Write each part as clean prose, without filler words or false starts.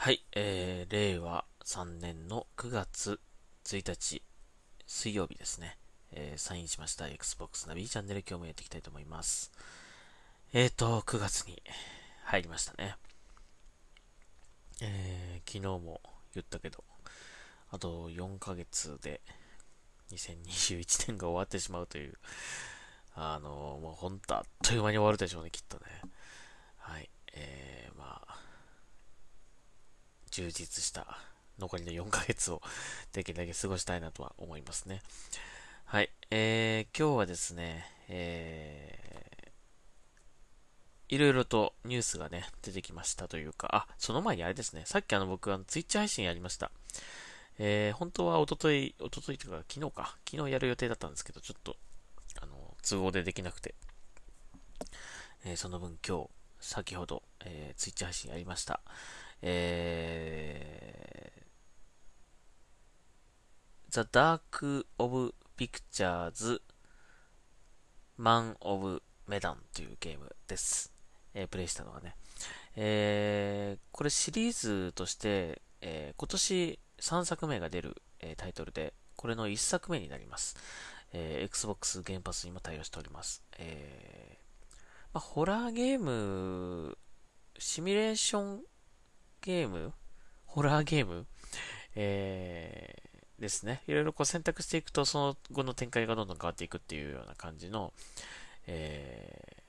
はい、令和3年の9月1日水曜日ですね。サインしました Xbox ナビチャンネル、今日もやっていきたいと思います。9月に入りましたね。昨日も言ったけど、あと4ヶ月で2021年が終わってしまうという、もう本当あっという間に終わるでしょうね、きっとね。はい、充実した残りの4ヶ月をできるだけ過ごしたいなとは思いますね。はい。今日はですね、いろいろとニュースがね、出てきましたというか、その前にあれですね、さっき僕ツイッチ配信やりました。本当は一昨日というか昨日やる予定だったんですけど、ちょっと、都合でできなくて、その分今日、先ほど、ツイッチ配信やりました。The Dark of Pictures Man of Medan というゲームです。プレイしたのはね。これシリーズとして、今年3作目が出る、タイトルで、これの1作目になります。Xbox ゲームパスにも対応しております。ホラーゲーム、シミュレーションゲームホラーゲームですね。いろいろこう選択していくと、その後の展開がどんどん変わっていくっていうような感じの、え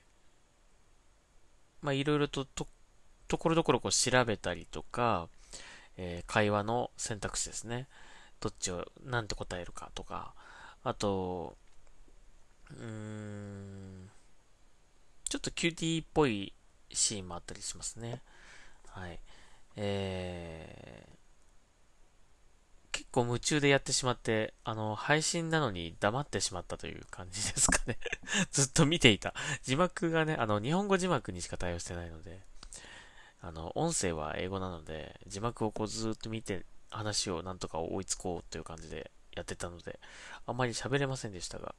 いろいろところどころこう調べたりとか、会話の選択肢ですね。どっちをなんて答えるかとか、あと、ちょっとキューティーっぽいシーンもあったりしますね。はい。結構夢中でやってしまって、配信なのに黙ってしまったという感じですかね。ずっと見ていた。字幕がね、日本語字幕にしか対応してないので、音声は英語なので、字幕をこうずっと見て、話をなんとか追いつこうという感じでやってたので、あんまり喋れませんでしたが、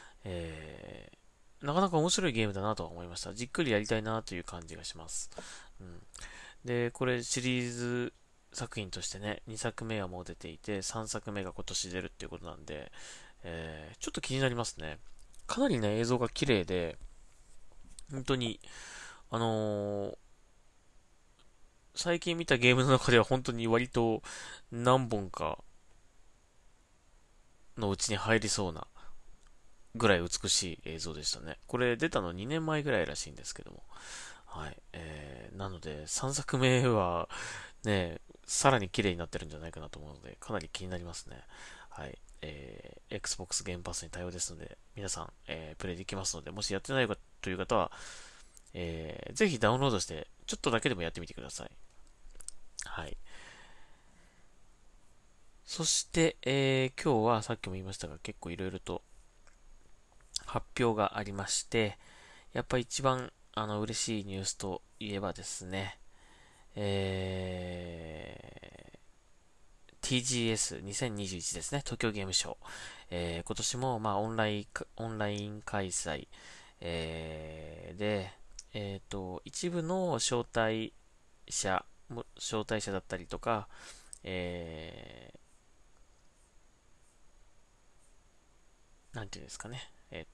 なかなか面白いゲームだなとは思いました。じっくりやりたいなという感じがします。うん、で、これシリーズ作品としてね、2作目はもう出ていて、3作目が今年出るっていうことなんで、ちょっと気になりますね。かなりね、映像が綺麗で、本当に、あのー最近見たゲームの中では本当に割と何本かのうちに入りそうなぐらい美しい映像でしたね。これ出たの2年前ぐらいらしいんですけども。はい。なので3作目はね、さらに綺麗になってるんじゃないかなと思うので、かなり気になりますね。はい。Xbox ゲームパスに対応ですので、皆さん、プレイできますので、もしやってないという方は、ぜひダウンロードして、ちょっとだけでもやってみてください。はい。そして、今日はさっきも言いましたが、結構いろいろと発表がありまして、やっぱ一番嬉しいニュースといえばですね、TGS2021 ですね、東京ゲームショウ。今年もオンライン開催、で、一部の招待者だったりとか、なんていうんですかね、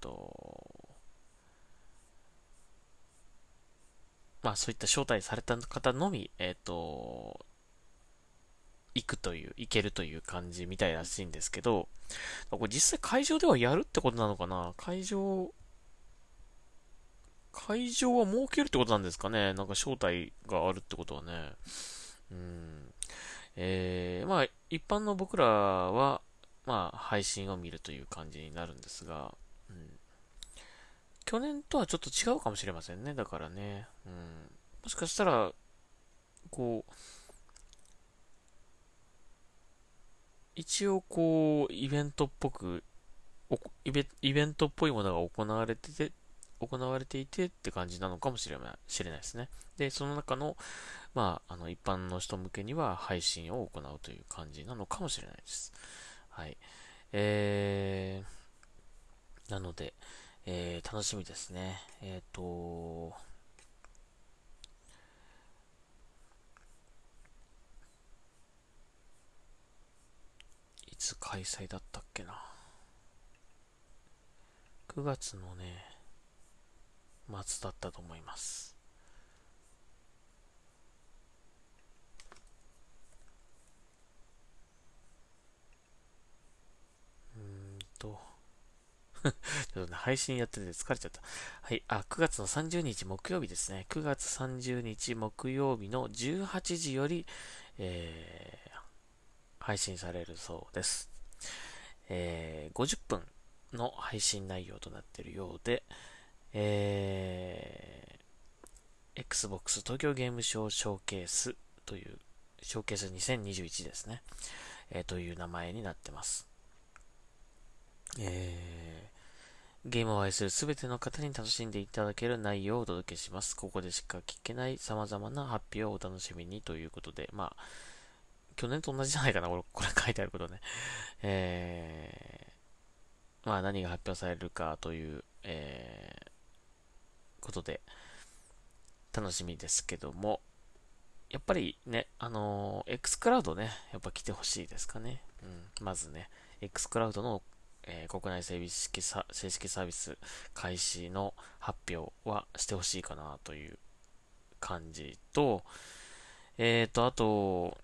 そういった招待された方のみ、行けるという感じみたいらしいんですけど、これ実際会場ではやるってことなのかな。会場は設けるってことなんですかね。なんか招待があるってことはね。うん。一般の僕らは、配信を見るという感じになるんですが、うん、去年とはちょっと違うかもしれませんね。だからね。もしかしたら、こう、一応イベントっぽく、イベントっぽいものが行われていてって感じなのかもしれないですね。で、その中の、一般の人向けには配信を行うという感じなのかもしれないです。はい。なので、楽しみですね。 つ開催だったっけな。9月のね、末だったと思います。うーんと、ちょっとね、配信やってて疲れちゃった。はい。9月の30日木曜日ですね。9月30日木曜日の18時より、配信されるそうです。50分の配信内容となっているようで、Xbox 東京ゲームショウショーケースという、ショーケース2021ですね。という名前になってます。ゲームを愛するすべての方に楽しんでいただける内容をお届けします。ここでしか聞けない様々な発表をお楽しみにということで、まあ、去年と同じじゃないかな、これ書いてあることね。まあ何が発表されるかという、ことで楽しみですけども、やっぱりね、X クラウドね、やっぱ来てほしいですかね。まずね、X クラウドの、国内正式サービス開始の発表はしてほしいかなという感じと、あと、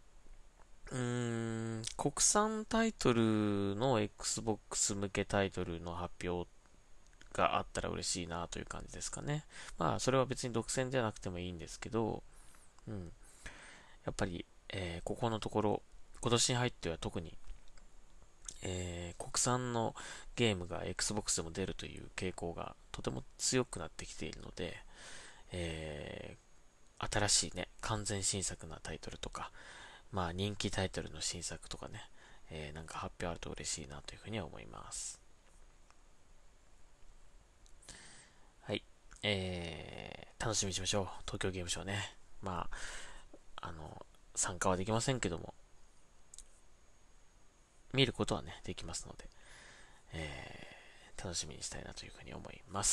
国産タイトルの Xbox 向けタイトルの発表があったら嬉しいなという感じですかね。まあ、それは別に独占じゃなくてもいいんですけど、やっぱり、ここのところ、今年に入っては特に、国産のゲームが Xbox でも出るという傾向がとても強くなってきているので、新しいね、完全新作なタイトルとか、まあ人気タイトルの新作とかね、なんか発表あると嬉しいなというふうには思います。はい。楽しみにしましょう。東京ゲームショウね。まあ、参加はできませんけども、見ることはね、できますので、楽しみにしたいなというふうに思います。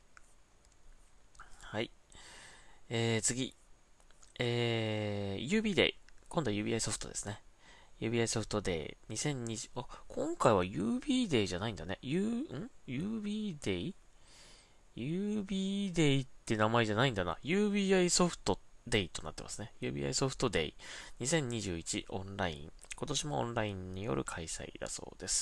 はい。次。UB デイ。今度は UBI ソフトですね。UBI ソフトデイ2020、今回は UB デイじゃないんだね。UB デイ ?UB デイって名前じゃないんだな。UBI ソフトデイとなってますね。UBI ソフトデイ2021オンライン。今年もオンラインによる開催だそうです。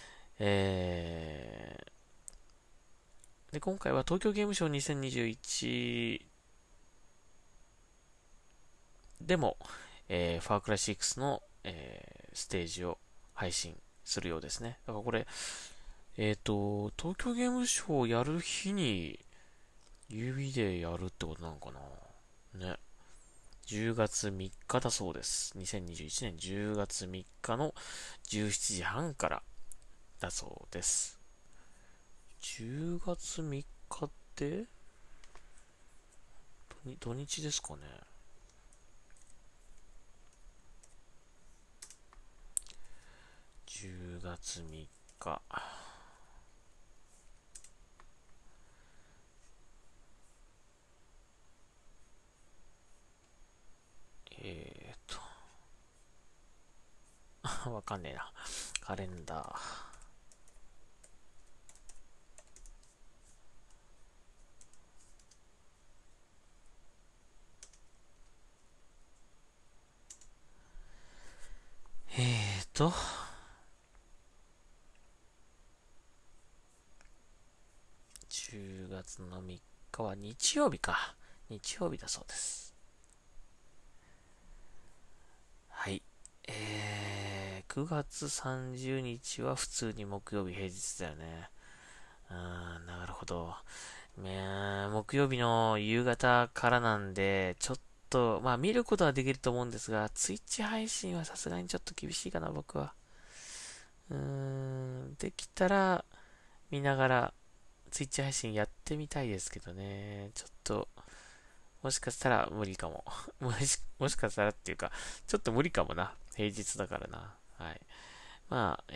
で、今回は東京ゲームショウ2021でも、ファークライ6の、ステージを配信するようですね。だからこれ、東京ゲームショウをやる日に指でやるってことなのかなね。10月3日だそうです。2021年10月3日の17時半からだそうです。10月3日って土日ですかね。10月3日。えーと、わかんねえな。カレンダー。えーと、10月の3日は日曜日か。日曜日だそうです。はい。9月30日は普通に木曜日平日だよね。なるほど。木曜日の夕方からなんで、ちょっと、まあ見ることはできると思うんですが、ツイッチ配信はさすがにちょっと厳しいかな、僕は。できたら、見ながら、ツイッチ配信やってみたいですけどね。ちょっと、もしかしたら無理かも。もしかしたらっていうか、ちょっと無理かもな。平日だからな。はい。まあ、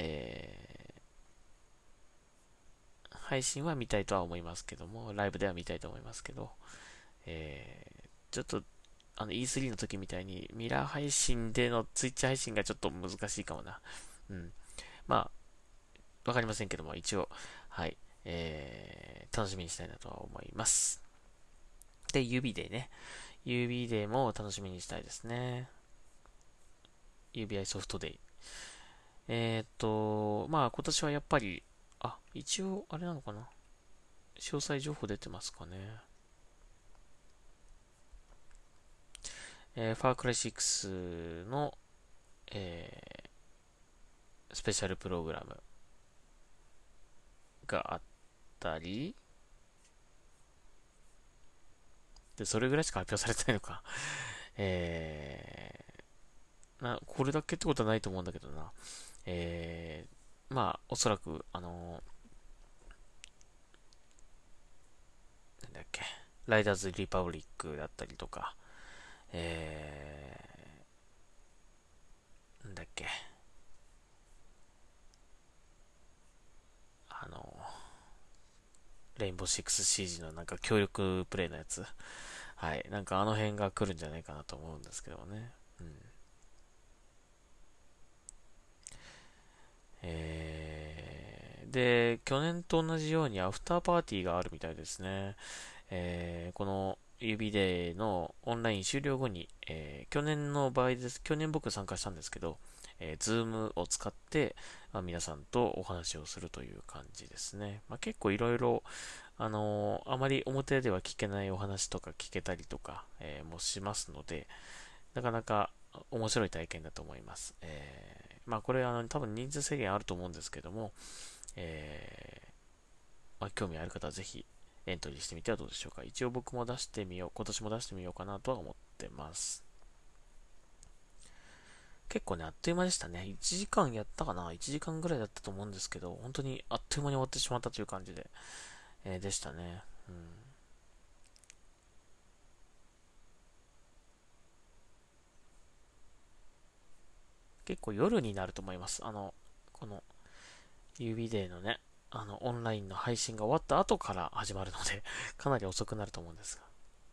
配信は見たいとは思いますけども、ライブでは見たいと思いますけど、ちょっと E3 の時みたいにミラー配信でのツイッチ配信がちょっと難しいかもな。うん。まあ、わかりませんけども、一応、はい、楽しみにしたいなとは思います。で、指でね。指でも楽しみにしたいですね。UBI ソフトデイ。まあ今年はやっぱり、一応、あれなのかな。詳細情報出てますかね。ファークライ6の、スペシャルプログラムがあったり、で、それぐらいしか発表されてないのか。これだけってことはないと思うんだけどな。まあ、おそらく、なんだっけ、ライダーズ・リパブリックだったりとか、なんだっけ、あの、レインボーシックスシージのなんか協力プレイのやつ。はい。なんかあの辺が来るんじゃないかなと思うんですけどね。うん。で、去年と同じようにアフターパーティーがあるみたいですね。この指でのオンライン終了後に、去年の場合です。去年僕参加したんですけど、Zoom を使って、皆さんとお話をするという感じですね。結構いろいろ、あまり表では聞けないお話とか聞けたりとか、もしますので、なかなか面白い体験だと思います。これ多分人数制限あると思うんですけども、興味ある方はぜひエントリーしてみてはどうでしょうか。一応僕も出してみよう、今年も出してみようかなとは思ってます。結構ね、あっという間でしたね。1時間やったかな？ 1 時間ぐらいだったと思うんですけど、本当にあっという間に終わってしまったという感じで、でしたね。うん。結構夜になると思います。この指デーのね、オンラインの配信が終わった後から始まるのでかなり遅くなると思うんですが。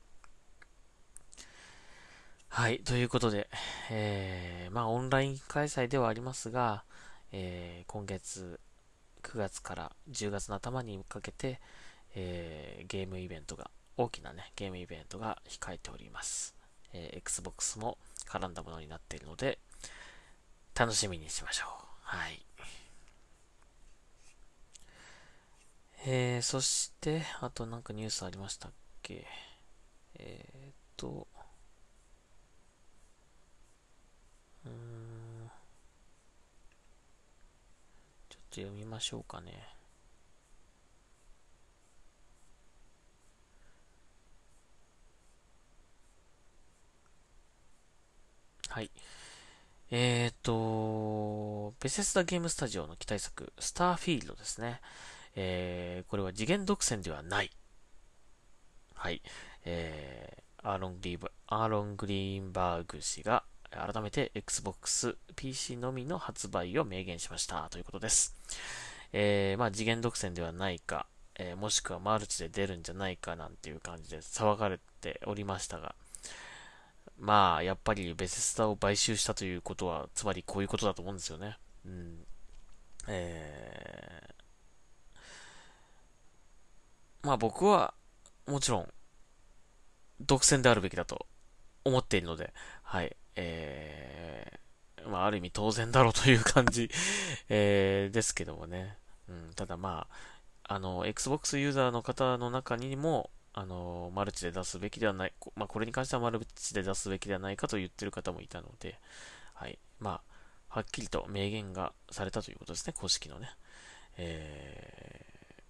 はい、ということで、オンライン開催ではありますが、今月9月から10月の頭にかけて、ゲームイベントが、大きなね、ゲームイベントが控えております。Xbox も絡んだものになっているので、楽しみにしましょう。はい。そして、あとなんかニュースありましたっけ？えーっと、うーん、ちょっと読みましょうかね。はい。ベセスダゲームスタジオの期待作、スターフィールドですね。これは次元独占ではない。はい。アーロン・グリーンバーグ氏が改めて Xbox PC のみの発売を明言しましたということです。次元独占ではないか、もしくはマルチで出るんじゃないかなんていう感じで騒がれておりましたが、やっぱりベセスタを買収したということは、つまりこういうことだと思うんですよね。うん。え僕は、もちろん、独占であるべきだと思っているので、はい。ある意味当然だろうという感じですけどもね。うん、ただXbox ユーザーの方の中にも、マルチで出すべきではない、これに関してはマルチで出すべきではないかと言ってる方もいたので、はい。はっきりと明言がされたということですね、公式のね。え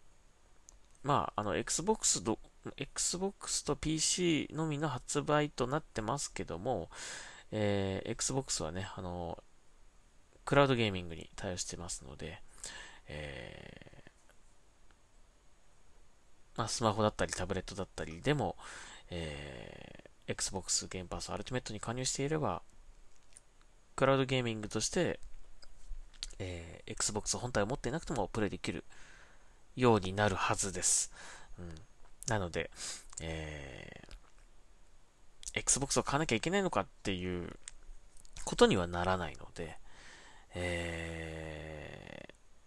Xbox と PC のみの発売となってますけども、Xbox はね、クラウドゲーミングに対応してますので、えスマホだったりタブレットだったりでも、Xbox ゲームパスアルティメットに加入していれば、クラウドゲーミングとして、Xbox 本体を持っていなくてもプレイできるようになるはずです。うん、なので、 Xbox を買わなきゃいけないのかっていうことにはならないので、え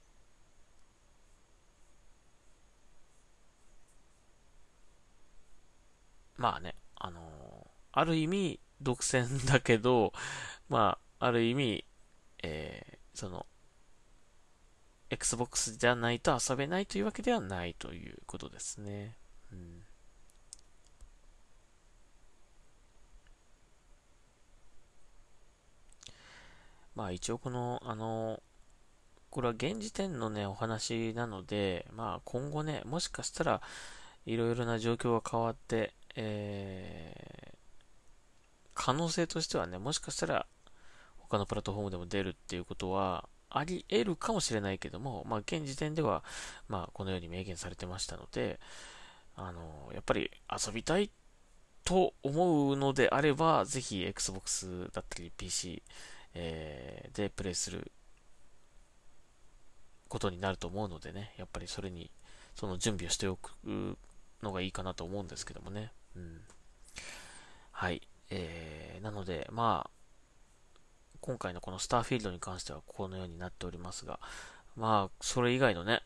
まあね、ある意味、独占だけど、まあ、ある意味、Xbox じゃないと遊べないというわけではないということですね。うん、まあ一応これは現時点のね、お話なので、まあ今後ね、もしかしたらいろいろな状況が変わって、可能性としてはね、もしかしたら他のプラットフォームでも出るっていうことはあり得るかもしれないけども、まあ現時点では、まあこのように明言されてましたので、やっぱり遊びたいと思うのであれば、ぜひ Xbox だったり PC、でプレイすることになると思うのでね、やっぱりその準備をしておくのがいいかなと思うんですけどもね。うん。はい。なので、まあ、今回のこのスターフィールドに関してはこのようになっておりますが、まあ、それ以外のね、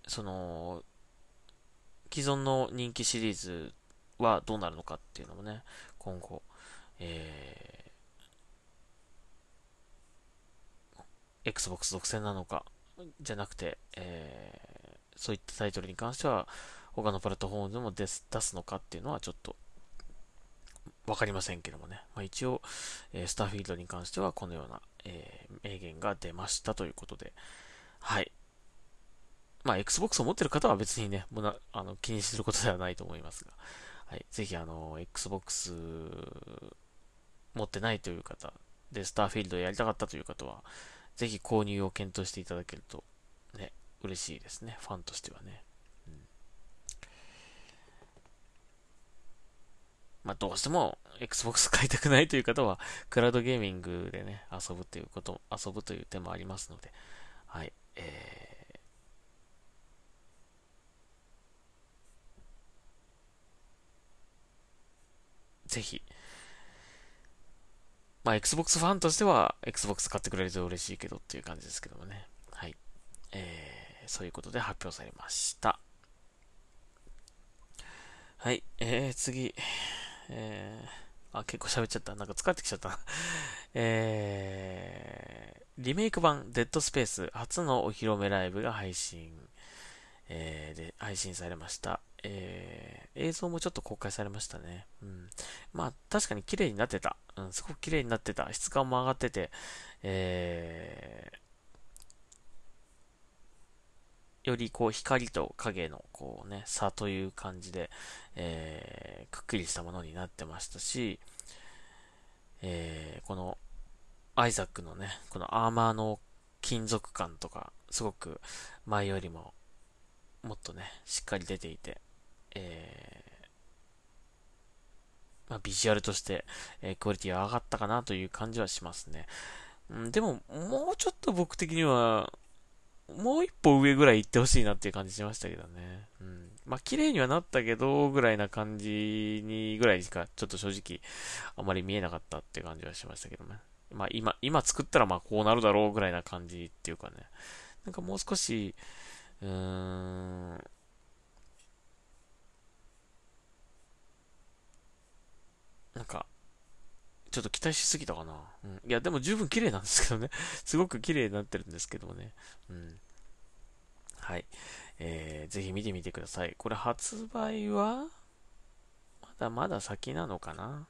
既存の人気シリーズはどうなるのかっていうのもね、今後、えXbox 独占なのか、じゃなくて、そういったタイトルに関しては、他のプラットフォームでも出すのかっていうのはちょっとわかりませんけどもね。まあ、一応、スターフィールドに関してはこのような、名言が出ましたということで、はい。まあ、Xbox を持ってる方は別にね、もう気にすることではないと思いますが、はい。ぜひ、Xbox 持ってないという方、で、スターフィールドやりたかったという方は、ぜひ購入を検討していただけると、ね、嬉しいですね。ファンとしてはね。うん、まあ、どうしても Xbox 買いたくないという方は、クラウドゲーミングでね、遊ぶという手もありますので、はい。ぜひ、まあ、Xbox ファンとしては、Xbox 買ってくれると嬉しいけどっていう感じですけどもね。はい。そういうことで発表されました。はい。次。結構喋っちゃった。なんか疲れてきちゃったな。リメイク版デッドスペース初のお披露目ライブが配信されました。映像もちょっと公開されましたね。うん。まあ、確かに綺麗になってた。うん、すごく綺麗になってた。質感も上がってて、よりこう光と影のこうね、差という感じで、くっきりしたものになってましたし、このアイザックのね、このアーマーの金属感とか、すごく前よりももっとね、しっかり出ていて、まあ、ビジュアルとして、クオリティが上がったかなという感じはしますね。うん、でも、もうちょっと僕的には、もう一歩上ぐらい行ってほしいなっていう感じしましたけどね。うん。まあ、綺麗にはなったけど、ぐらいな感じに、ぐらいしか、ちょっと正直、あまり見えなかったって感じはしましたけどね。まあ、今作ったらまあこうなるだろうぐらいな感じっていうかね。なんかもう少し、うーん、なんか、ちょっと期待しすぎたかな。うん。いや、でも十分綺麗なんですけどね。すごく綺麗になってるんですけどもね。うん。はい。ぜひ見てみてください。これ発売はまだまだ先なのかな。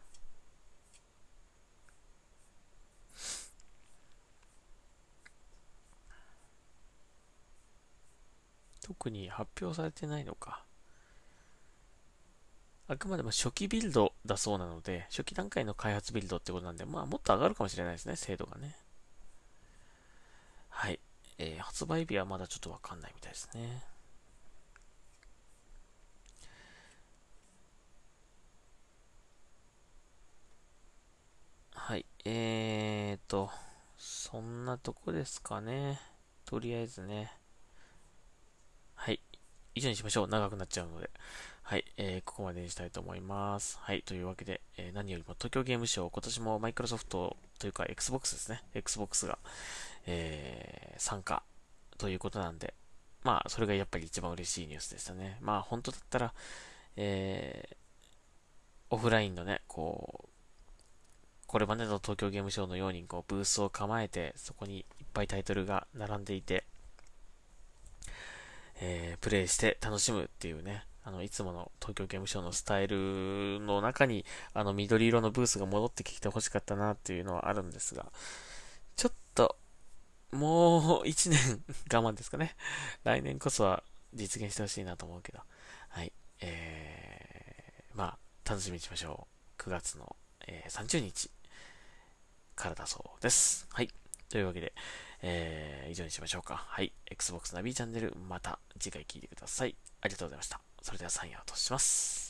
特に発表されてないのか。あくまでも初期ビルドだそうなので、初期段階の開発ビルドってことなんで、まあもっと上がるかもしれないですね、精度がね。はい。発売日はまだちょっとわかんないみたいですね。はい。そんなとこですかね。とりあえずね。はい。以上にしましょう。長くなっちゃうので。 はい、ここまでにしたいと思います。はい、というわけで、何よりも東京ゲームショウ、今年もマイクロソフトというか Xbox ですね。Xbox が、参加ということなんで、まあ、それがやっぱり一番嬉しいニュースでしたね。まあ、本当だったら、えー、オフラインのね、これまでの東京ゲームショウのように、ブースを構えて、そこにいっぱいタイトルが並んでいて、プレイして楽しむっていうね、いつもの東京ゲームショウのスタイルの中に、緑色のブースが戻ってきて欲しかったなっていうのはあるんですが、ちょっと、もう1年我慢ですかね。来年こそは実現してほしいなと思うけど。はい。まあ、楽しみにしましょう。9月の、30日からだそうです。はい。というわけで、以上にしましょうか。はい。Xbox ナビチャンネル、また次回聞いてください。ありがとうございました。それではサインアウトします。